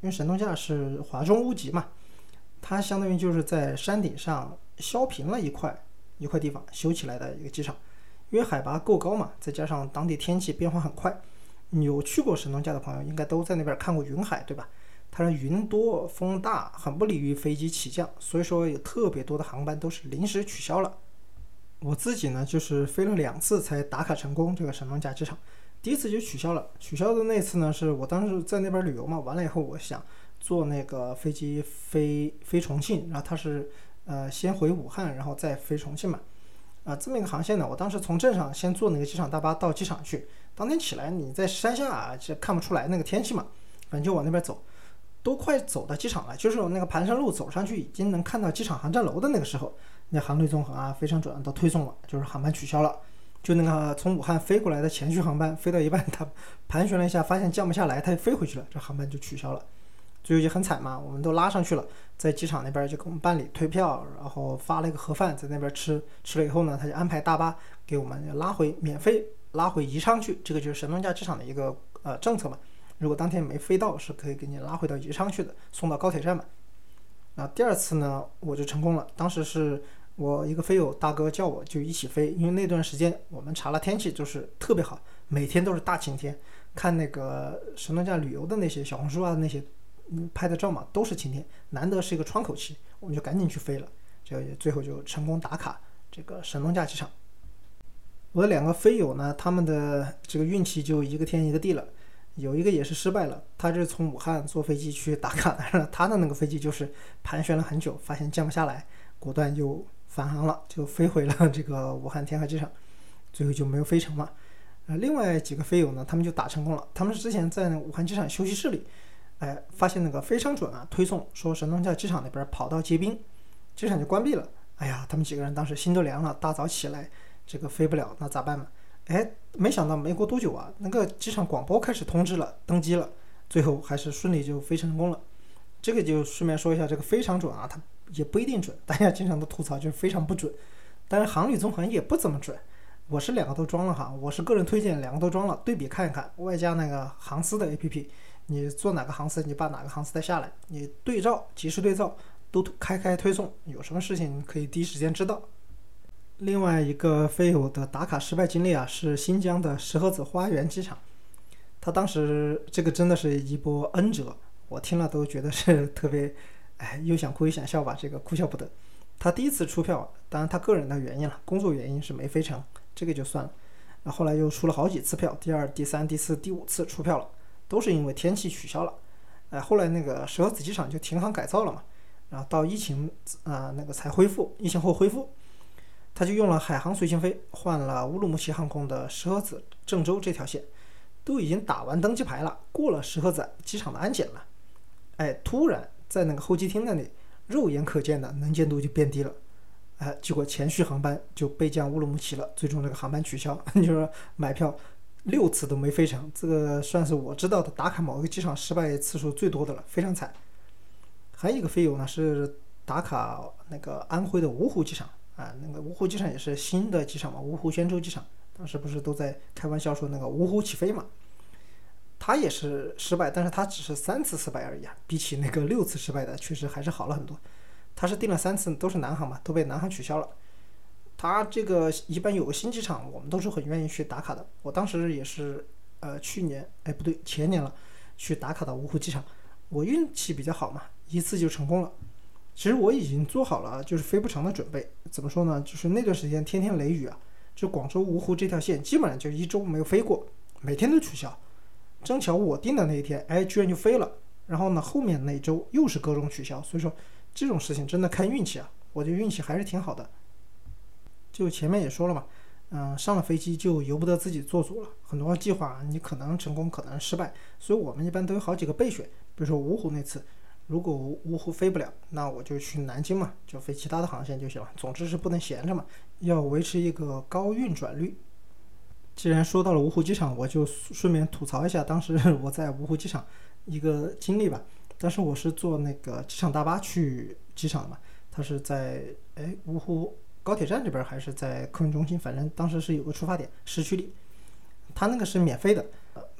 因为神农架是华中屋脊嘛，它相当于就是在山顶上削平了一块地方修起来的一个机场。因为海拔够高嘛，再加上当地天气变化很快，有去过神农架的朋友应该都在那边看过云海，对吧？它是云多风大，很不利于飞机起降，所以说有特别多的航班都是临时取消了。我自己呢就是飞了2次才打卡成功这个神农架机场。第一次就取消了，取消的那次呢是我当时在那边旅游嘛，完了以后我想坐那个飞机飞重庆，然后它是先回武汉然后再飞重庆嘛。这么一个航线呢，我当时从镇上先坐那个机场大巴到机场去。当天起来你在山下就看不出来那个天气嘛，反正就往那边走，都快走到机场了，就是那个盘山路走上去已经能看到机场航站楼的那个时候，那航旅综合啊、非常准都推送了，就是航班取消了。就那个从武汉飞过来的前续航班飞到一半，它盘旋了一下发现降不下来，它就飞回去了，这航班就取消了。最后就很惨嘛，我们都拉上去了，在机场那边就给我们办理退票，然后发了一个盒饭在那边吃了以后呢，他就安排大巴给我们免费拉回宜昌去。这个就是神农架机场的一个政策嘛，如果当天没飞到是可以给你拉回到宜昌去的，送到高铁站嘛。第二次呢我就成功了，当时是我一个飞友大哥叫我就一起飞，因为那段时间我们查了天气就是特别好，每天都是大晴天，看那个神农架旅游的那些小红书啊那些拍的照嘛都是晴天，难得是一个窗口期，我们就赶紧去飞了，这个最后就成功打卡这个神农架机场。我的2个飞友呢，他们的这个运气就一个天一个地了，有一个也是失败了，他是从武汉坐飞机去打卡的，他的那个飞机就是盘旋了很久，发现降不下来，果断又返航了，就飞回了这个武汉天河机场，最后就没有飞成嘛。另外几个飞友呢，他们就打成功了，他们是之前在武汉机场休息室里发现那个非常准啊，推送说神农架机场那边跑道结冰，机场就关闭了。哎呀，他们几个人当时心都凉了，大早起来这个飞不了，那咋办嘛？没想到没过多久啊，那个机场广播开始通知了，登机了，最后还是顺利就飞成功了。这个就顺便说一下，这个非常准啊，它也不一定准，大家经常都吐槽就是非常不准，但是航旅综合也不怎么准。我是2个都装了哈，我是个人推荐2个都装了，对比看一看，外加那个航司的 APP， 你做哪个航司你把哪个航司带下来，你对照及时对照都开推送，有什么事情可以第一时间知道。另外一个飞友的打卡失败经历啊，是新疆的石河子花园机场，他当时这个真的是一波恩泽，我听了都觉得是特别又想哭又想笑吧，这个哭笑不得。他第一次出票，当然他个人的原因了，工作原因是没飞成，这个就算了。后来又出了好几次票，第2、第3、第4、第5次出票了，都是因为天气取消了。后来那个石河子机场就停航改造了嘛，然后到疫情那个才恢复，疫情后恢复，他就用了海航随心飞换了乌鲁木齐航空的石河子郑州这条线，都已经打完登机牌了，过了石河子机场的安检了，突然在那个候机厅那里肉眼可见的能见度就变低了，结果前续航班就被降乌鲁木齐了，最终这个航班取消。你说买票6次都没飞成，这个算是我知道的打卡某个机场失败次数最多的了，非常惨。还有一个飞友呢是打卡那个安徽的芜湖机场那个芜湖机场也是新的机场嘛，芜湖宣州机场，当时不是都在开玩笑说那个芜湖起飞嘛，他也是失败，但是他只是3次失败而已比起那个6次失败的确实还是好了很多。他是订了3次都是南航嘛，都被南航取消了。他这个一般有个新机场我们都是很愿意去打卡的，我当时也是去年不对前年了，去打卡到芜湖机场，我运气比较好嘛，一次就成功了。其实我已经做好了就是飞不成的准备，怎么说呢，就是那段时间天天雷雨就广州芜湖这条线基本上就1周没有飞过，每天都取消。正巧我订的那一天居然就飞了，然后呢后面那一周又是各种取消，所以说这种事情真的看运气我的运气还是挺好的。就前面也说了嘛，上了飞机就由不得自己做主了，很多计划你可能成功可能失败，所以我们一般都有好几个备选。比如说芜湖那次，如果芜湖飞不了，那我就去南京嘛，就飞其他的航线就行了，总之是不能闲着嘛，要维持一个高运转率。既然说到了芜湖机场，我就顺便吐槽一下当时我在芜湖机场一个经历吧。当时我是坐那个机场大巴去机场的嘛，它是在芜湖高铁站这边还是在客运中心，反正当时是有个出发点市区里，它那个是免费的，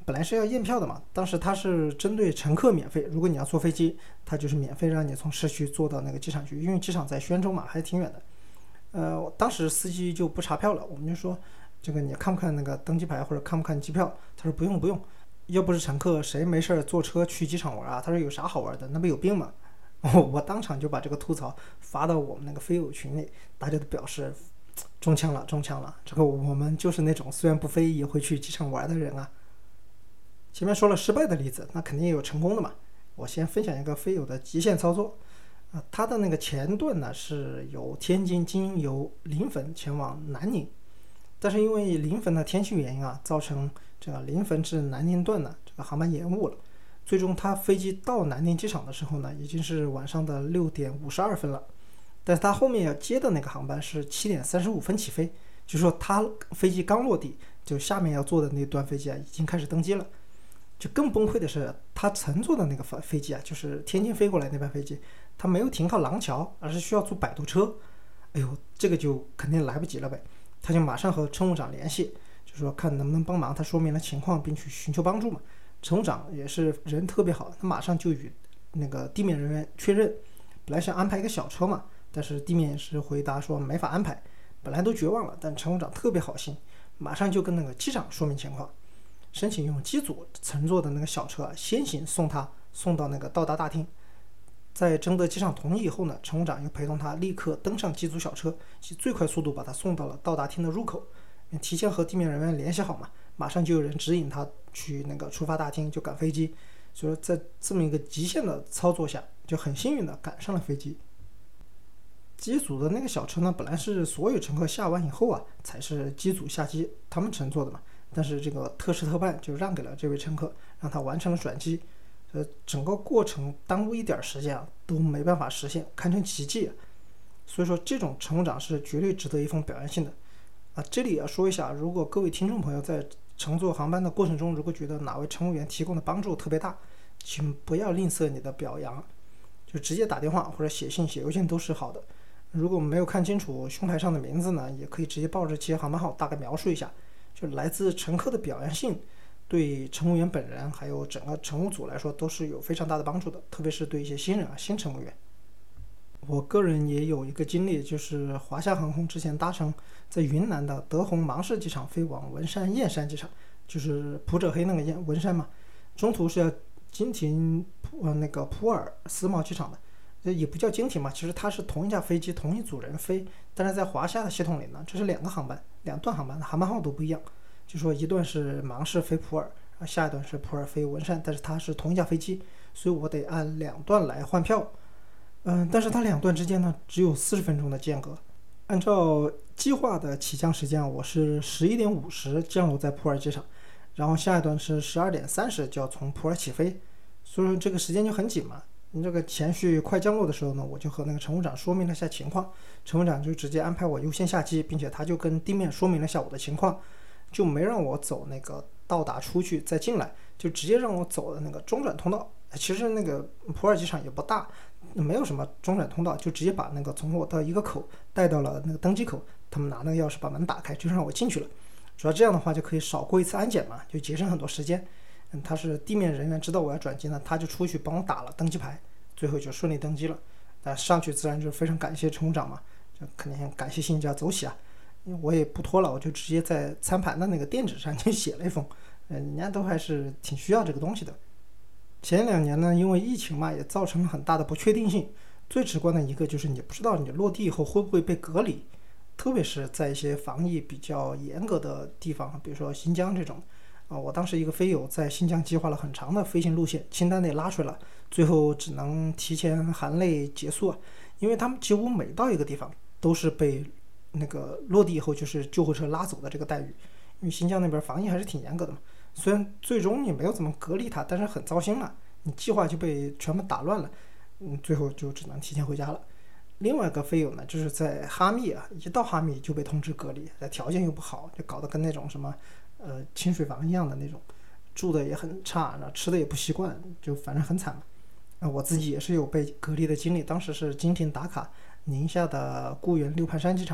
本来是要验票的嘛，当时它是针对乘客免费，如果你要坐飞机，它就是免费让你从市区坐到那个机场去，因为机场在宣州嘛，还挺远的。当时司机就不查票了，我们就说这个你看不看那个登机牌或者看不看机票？他说不用不用，要不是乘客谁没事坐车去机场玩啊？他说有啥好玩的？那不有病吗？我当场就把这个吐槽发到我们那个飞友群里，大家都表示中枪了，中枪了。这个我们就是那种虽然不飞也会去机场玩的人啊。前面说了失败的例子，那肯定也有成功的嘛。我先分享一个飞友的极限操作，它的那个前段呢是由天津经由临汾前往南宁，但是因为临汾的天气原因啊，造成这个临汾至南宁段呢这个航班延误了。最终他飞机到南宁机场的时候呢，已经是晚上的6点52分了。但是他后面要接的那个航班是7点35分起飞，就是说他飞机刚落地，就下面要坐的那段飞机啊已经开始登机了。就更崩溃的是，他乘坐的那个飞机啊，就是天津飞过来那班飞机，他没有停靠廊桥，而是需要坐摆渡车。哎呦，这个就肯定来不及了呗。他就马上和乘务长联系，就说看能不能帮忙。他说明了情况，并去寻求帮助嘛。乘务长也是人特别好，他马上就与那个地面人员确认，本来想安排一个小车嘛，但是地面也是回答说没法安排。本来都绝望了，但乘务长特别好心，马上就跟那个机长说明情况。申请用机组乘坐的那个小车先行送到那个到达大厅，在征得机长同意以后呢，乘务长又陪同他立刻登上机组小车，以最快速度把他送到了到达厅的入口。提前和地面人员联系好嘛，马上就有人指引他去那个出发大厅就赶飞机。所以说在这么一个极限的操作下，就很幸运的赶上了飞机。机组的那个小车呢，本来是所有乘客下完以后啊，才是机组下机他们乘坐的嘛。但是这个特事特办就让给了这位乘客，让他完成了转机。整个过程耽误一点时间啊，都没办法实现，堪称奇迹啊。所以说这种乘务长是绝对值得一封表扬信的啊。这里也要说一下，如果各位听众朋友在乘坐航班的过程中，如果觉得哪位乘务员提供的帮助特别大，请不要吝啬你的表扬，就直接打电话或者写信写邮件都是好的。如果没有看清楚胸牌上的名字呢，也可以直接报日期航班号大概描述一下。就来自乘客的表扬信，对乘务员本人还有整个乘务组来说都是有非常大的帮助的，特别是对一些新人啊、新乘务员。我个人也有一个经历，就是华夏航空之前搭乘在云南的德宏芒市机场飞往文山燕山机场，就是普者黑那个文山嘛，中途是要经停那个普洱思茅机场的，也不叫经停嘛，其实它是同一架飞机同一组人飞，但是在华夏的系统里呢，这是两个航班，两段航班的航班号都不一样，就说一段是芒市飞普洱，下一段是普洱飞文山，但是它是同一架飞机，所以我得按两段来换票。但是它两段之间呢只有40分钟的间隔。按照计划的起降时间，我是11点50降落在普洱机场，然后下一段是12点30就要从普洱起飞，所以说这个时间就很紧嘛。你这个前序快降落的时候呢，我就和那个乘务长说明了一下情况，乘务长就直接安排我优先下机，并且他就跟地面说明了一下我的情况，就没让我走那个到达出去再进来，就直接让我走的那个中转通道。其实那个普洱机场也不大，没有什么中转通道，就直接把那个从我的一个口带到了那个登机口，他们拿那个钥匙把门打开，就让我进去了。主要这样的话就可以少过一次安检嘛，就节省很多时间。他是地面人员知道我要转机呢，他就出去帮我打了登机牌，最后就顺利登机了。上去自然就非常感谢乘务长嘛，就肯定感谢信就要走起啊。我也不拖了，我就直接在餐盘的那个垫纸上就写了一封，人家都还是挺需要这个东西的。前2年呢，因为疫情嘛，也造成了很大的不确定性。最直观的一个就是你不知道你落地以后会不会被隔离，特别是在一些防疫比较严格的地方，比如说新疆这种。我当时一个飞友在新疆计划了很长的飞行路线，清单内拉出来了，最后只能提前含泪结束啊，因为他们几乎每到一个地方都是被那个落地以后就是救护车拉走的这个待遇，因为新疆那边防疫还是挺严格的嘛。虽然最终你没有怎么隔离他，但是很糟心了，你计划就被全部打乱了，最后就只能提前回家了。另外一个飞友呢，就是在哈密啊，一到哈密就被通知隔离，条件又不好，就搞得跟那种什么清水房一样的那种，住的也很差，吃的也不习惯，就反正很惨嘛。我自己也是有被隔离的经历，当时是经停打卡宁夏的固原六盘山机场，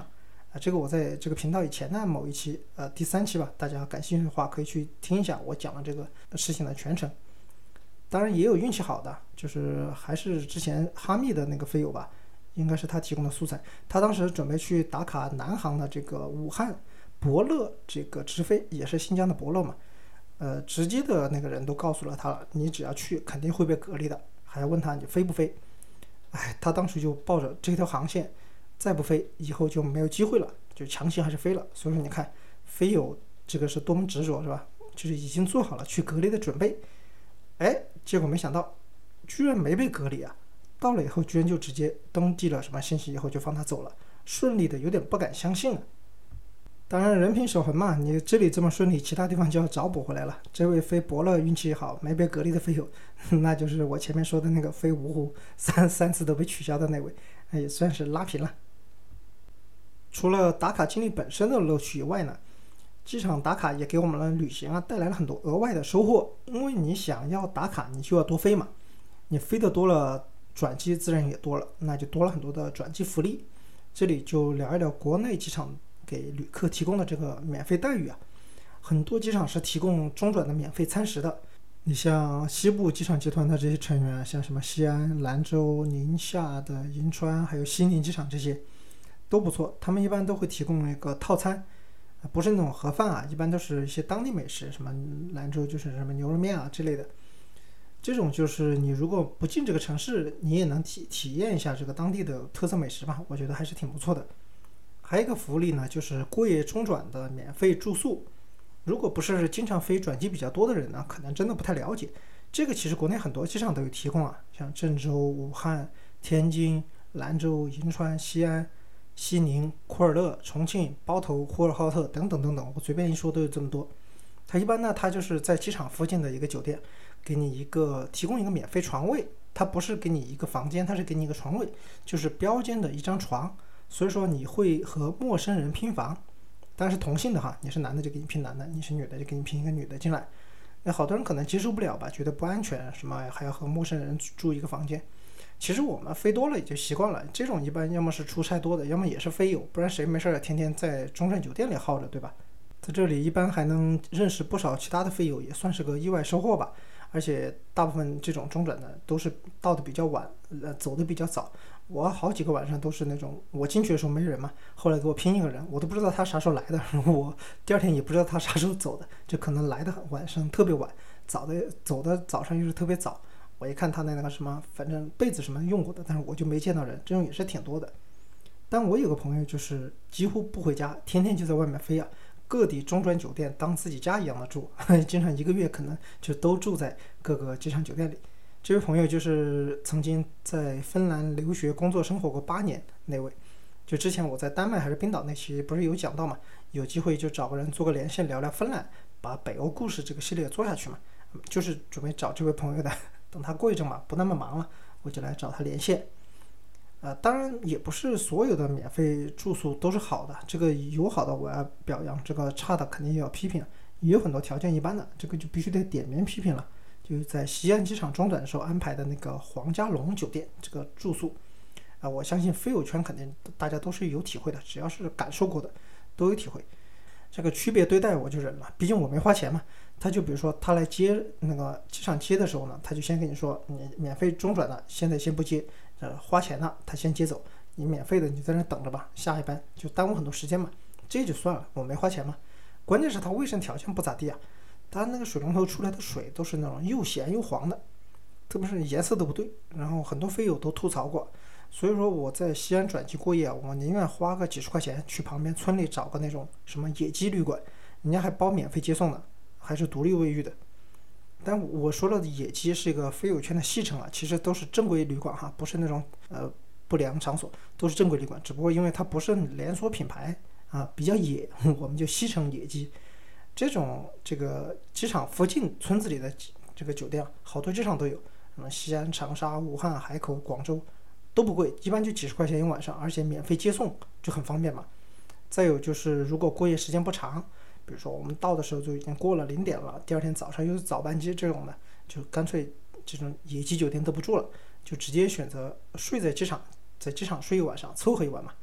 这个我在这个频道以前的某一期，第3期吧，大家感兴趣的话可以去听一下我讲了这个事情的全程。当然也有运气好的，就是还是之前哈密的那个飞友吧，应该是他提供的素材。他当时准备去打卡南航的这个武汉博乐这个直飞，也是新疆的博乐嘛。直接的那个人都告诉了他了，你只要去肯定会被隔离的，还要问他你飞不飞。他当时就抱着这条航线，再不飞以后就没有机会了，就强行还是飞了。所以说你看飞友这个是多么执着，是吧？就是已经做好了去隔离的准备。结果没想到居然没被隔离啊！到了以后居然就直接登记了什么信息，以后就放他走了，顺利的有点不敢相信了。当然人品守恒嘛，你这里这么顺利，其他地方就要找补回来了。这位飞博乐运气好，没被隔离的飞友，那就是我前面说的那个飞芜湖三次都被取消的那位，也算是拉平了。除了打卡经历本身的乐趣以外呢，机场打卡也给我们的旅行带来了很多额外的收获。因为你想要打卡，你就要多飞嘛，你飞得多了，转机自然也多了，那就多了很多的转机福利。这里就聊一聊国内机场给旅客提供的这个免费待遇啊。很多机场是提供中转的免费餐食的。你像西部机场集团的这些成员，像什么西安、兰州、宁夏的银川，还有西宁机场，这些都不错。他们一般都会提供一个套餐，不是那种盒饭一般都是一些当地美食，什么兰州就是什么牛肉面之类的。这种就是你如果不进这个城市，你也能体验一下这个当地的特色美食吧，我觉得还是挺不错的。还有一个福利呢，就是过夜中转的免费住宿。如果不是经常飞转机比较多的人呢，可能真的不太了解。这个其实国内很多机场都有提供像郑州、武汉、天津、兰州、银川、西安、西宁、库尔勒、重庆、包头、呼和浩特等等等等，我随便一说都有这么多。它一般呢，它就是在机场附近的一个酒店，给你提供一个免费床位。它不是给你一个房间，它是给你一个床位，就是标间的一张床。所以说你会和陌生人拼房，当然是同性的哈，你是男的就给你拼男的，你是女的就给你拼一个女的进来。好多人可能接受不了吧，觉得不安全，什么还要和陌生人住一个房间。其实我们飞多了也就习惯了，这种一般要么是出差多的，要么也是飞友，不然谁没事天天在中转酒店里耗着，对吧？在这里一般还能认识不少其他的飞友，也算是个意外收获吧。而且大部分这种中转的都是到的比较晚，走的比较早。我好几个晚上都是那种我进去的时候没人嘛，后来给我拼一个人，我都不知道他啥时候来的，我第二天也不知道他啥时候走的，就可能来的晚上特别晚，走的早上又是特别早。我一看他那个什么，反正被子什么用过的，但是我就没见到人，这种也是挺多的。但我有个朋友就是几乎不回家，天天就在外面飞各地中转酒店当自己家一样的住，经常一个月可能就都住在各个机场酒店里。这位朋友就是曾经在芬兰留学、工作、生活过8年那位。就之前我在丹麦还是冰岛那期不是有讲到嘛，有机会就找个人做个连线聊聊芬兰，把北欧故事这个系列做下去嘛，就是准备找这位朋友的。等他过一阵嘛，不那么忙了，我就来找他连线。当然也不是所有的免费住宿都是好的，这个有好的我要表扬，这个差的肯定也要批评，也有很多条件一般的，这个就必须得点名批评了。就是在西安机场中转的时候安排的那个黄家龙酒店这个住宿，我相信飞友圈肯定大家都是有体会的，只要是感受过的都有体会。这个区别对待我就忍了，毕竟我没花钱嘛。他就比如说他来接那个机场接的时候呢，他就先跟你说你免费中转的现在先不接，花钱了他先接走，你免费的你在那等着吧，下一班就耽误很多时间嘛，这就算了，我没花钱嘛。关键是他卫生条件不咋地他那个水龙头出来的水都是那种又咸又黄的，特别是颜色都不对，然后很多飞友都吐槽过。所以说我在西安转机过夜我宁愿花个几十块钱去旁边村里找个那种什么野鸡旅馆，人家还包免费接送的，还是独立卫浴的。但我说的野鸡是一个飞友圈的戏称其实都是正规旅馆不是那种不良场所，都是正规旅馆，只不过因为它不是连锁品牌比较野，我们就戏称野鸡。这个机场附近村子里的这个酒店好多机场都有，什么西安、长沙、武汉、海口、广州都不贵，一般就几十块钱一晚上，而且免费接送，就很方便嘛。再有就是如果过夜时间不长，比如说我们到的时候就已经过了0点了，第二天早上又是早班机这种的，就干脆这种野鸡酒店都不住了，就直接选择睡在机场，在机场睡一晚上，凑合一晚嘛。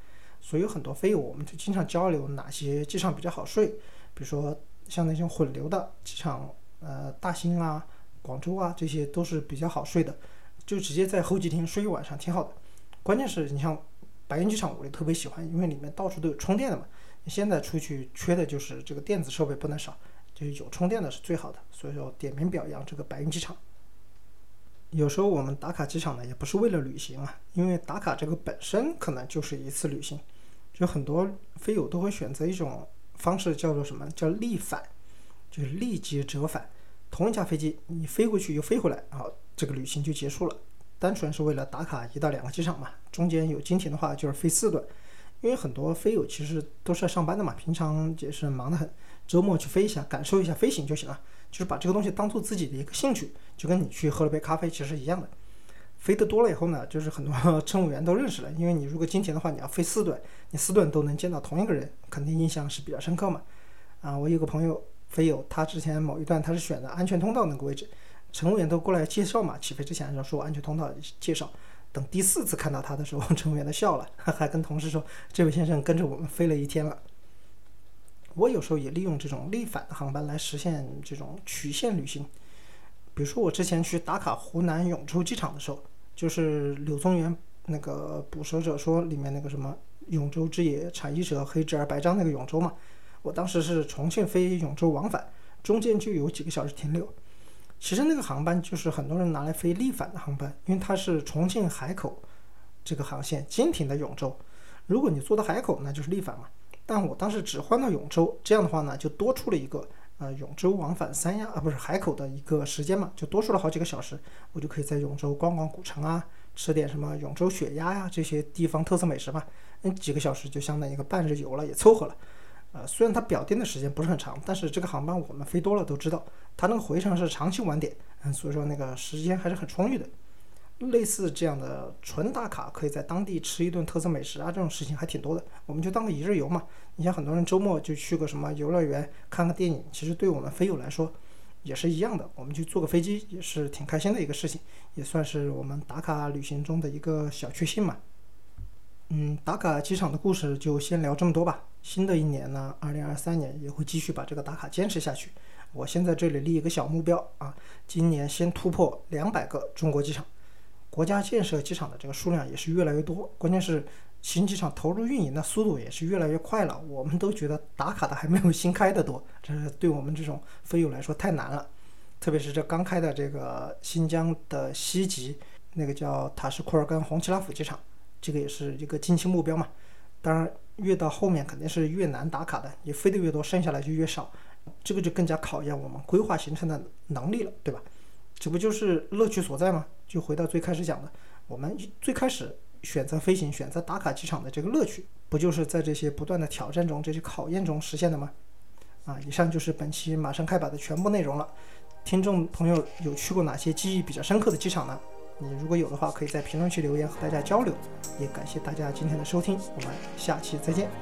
所以有很多飞友我们就经常交流哪些机场比较好睡，比如说像那种混流的机场，大兴啊、广州啊，这些都是比较好睡的，就直接在候机厅睡一晚上挺好的。关键是你像白云机场，我就特别喜欢，因为里面到处都有充电的嘛。你现在出去缺的就是这个电子设备不能少，就是有充电的是最好的，所以说点名表扬这个白云机场。有时候我们打卡机场呢，也不是为了旅行啊，因为打卡这个本身可能就是一次旅行。就很多飞友都会选择一种方式，叫做什么？叫立返，就是立即折返。同一架飞机，你飞过去又飞回来，好，这个旅行就结束了。单纯是为了打卡1到2个机场嘛，中间有经停的话就是飞4段。因为很多飞友其实都是在上班的嘛，平常也是忙得很，周末去飞一下，感受一下飞行就行了，就是把这个东西当做自己的一个兴趣，就跟你去喝了杯咖啡其实一样的。飞得多了以后呢，就是很多乘务员都认识了，因为你如果经停的话，你要飞4段，你4段都能见到同一个人，肯定印象是比较深刻嘛。我有个朋友飞友，他之前某一段他是选的安全通道那个位置，乘务员都过来介绍嘛，起飞之前要说安全通道介绍。等第4次看到他的时候，乘务员都笑了，还跟同事说这位先生跟着我们飞了1天了。我有时候也利用这种立返的航班来实现这种曲线旅行。比如说我之前去打卡湖南永州机场的时候，就是柳宗元那个《捕蛇者说》里面那个什么永州之野产一者黑质而白章那个永州嘛，我当时是重庆飞永州往返，中间就有几个小时停留。其实那个航班就是很多人拿来飞立返的航班，因为它是重庆海口这个航线经停的永州，如果你坐到海口那就是立返嘛。但我当时只换到永州，这样的话呢就多出了一个永州往返三亚不是海口的一个时间嘛，就多出了好几个小时，我就可以在永州逛逛古城啊，吃点什么永州血鸭呀这些地方特色美食嘛，几个小时就相当于一个半日游了，也凑合了。虽然它表定的时间不是很长，但是这个航班我们飞多了都知道，它那个回程是长期晚点，所以说那个时间还是很充裕的。类似这样的纯打卡，可以在当地吃一顿特色美食啊，这种事情还挺多的。我们就当个一日游嘛。你像很多人周末就去个什么游乐园看个电影，其实对我们飞友来说也是一样的。我们去坐个飞机也是挺开心的一个事情，也算是我们打卡旅行中的一个小确幸嘛。打卡机场的故事就先聊这么多吧。新的一年呢，2023年也会继续把这个打卡坚持下去。我先在这里立一个小目标啊，今年先突破200个中国机场。国家建设机场的这个数量也是越来越多，关键是新机场投入运营的速度也是越来越快了。我们都觉得打卡的还没有新开的多，这是对我们这种飞友来说太难了。特别是这刚开的这个新疆的西吉，那个叫塔什库尔干红旗拉甫机场，这个也是一个近期目标嘛。当然，越到后面肯定是越难打卡的，你飞得越多，剩下来就越少，这个就更加考验我们规划行程的能力了，对吧？这不就是乐趣所在吗？就回到最开始讲的，我们最开始选择飞行、选择打卡机场的这个乐趣，不就是在这些不断的挑战中、这些考验中实现的吗？以上就是本期马上开摆的全部内容了。听众朋友有去过哪些记忆比较深刻的机场呢？你如果有的话，可以在评论区留言和大家交流。也感谢大家今天的收听，我们下期再见。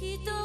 人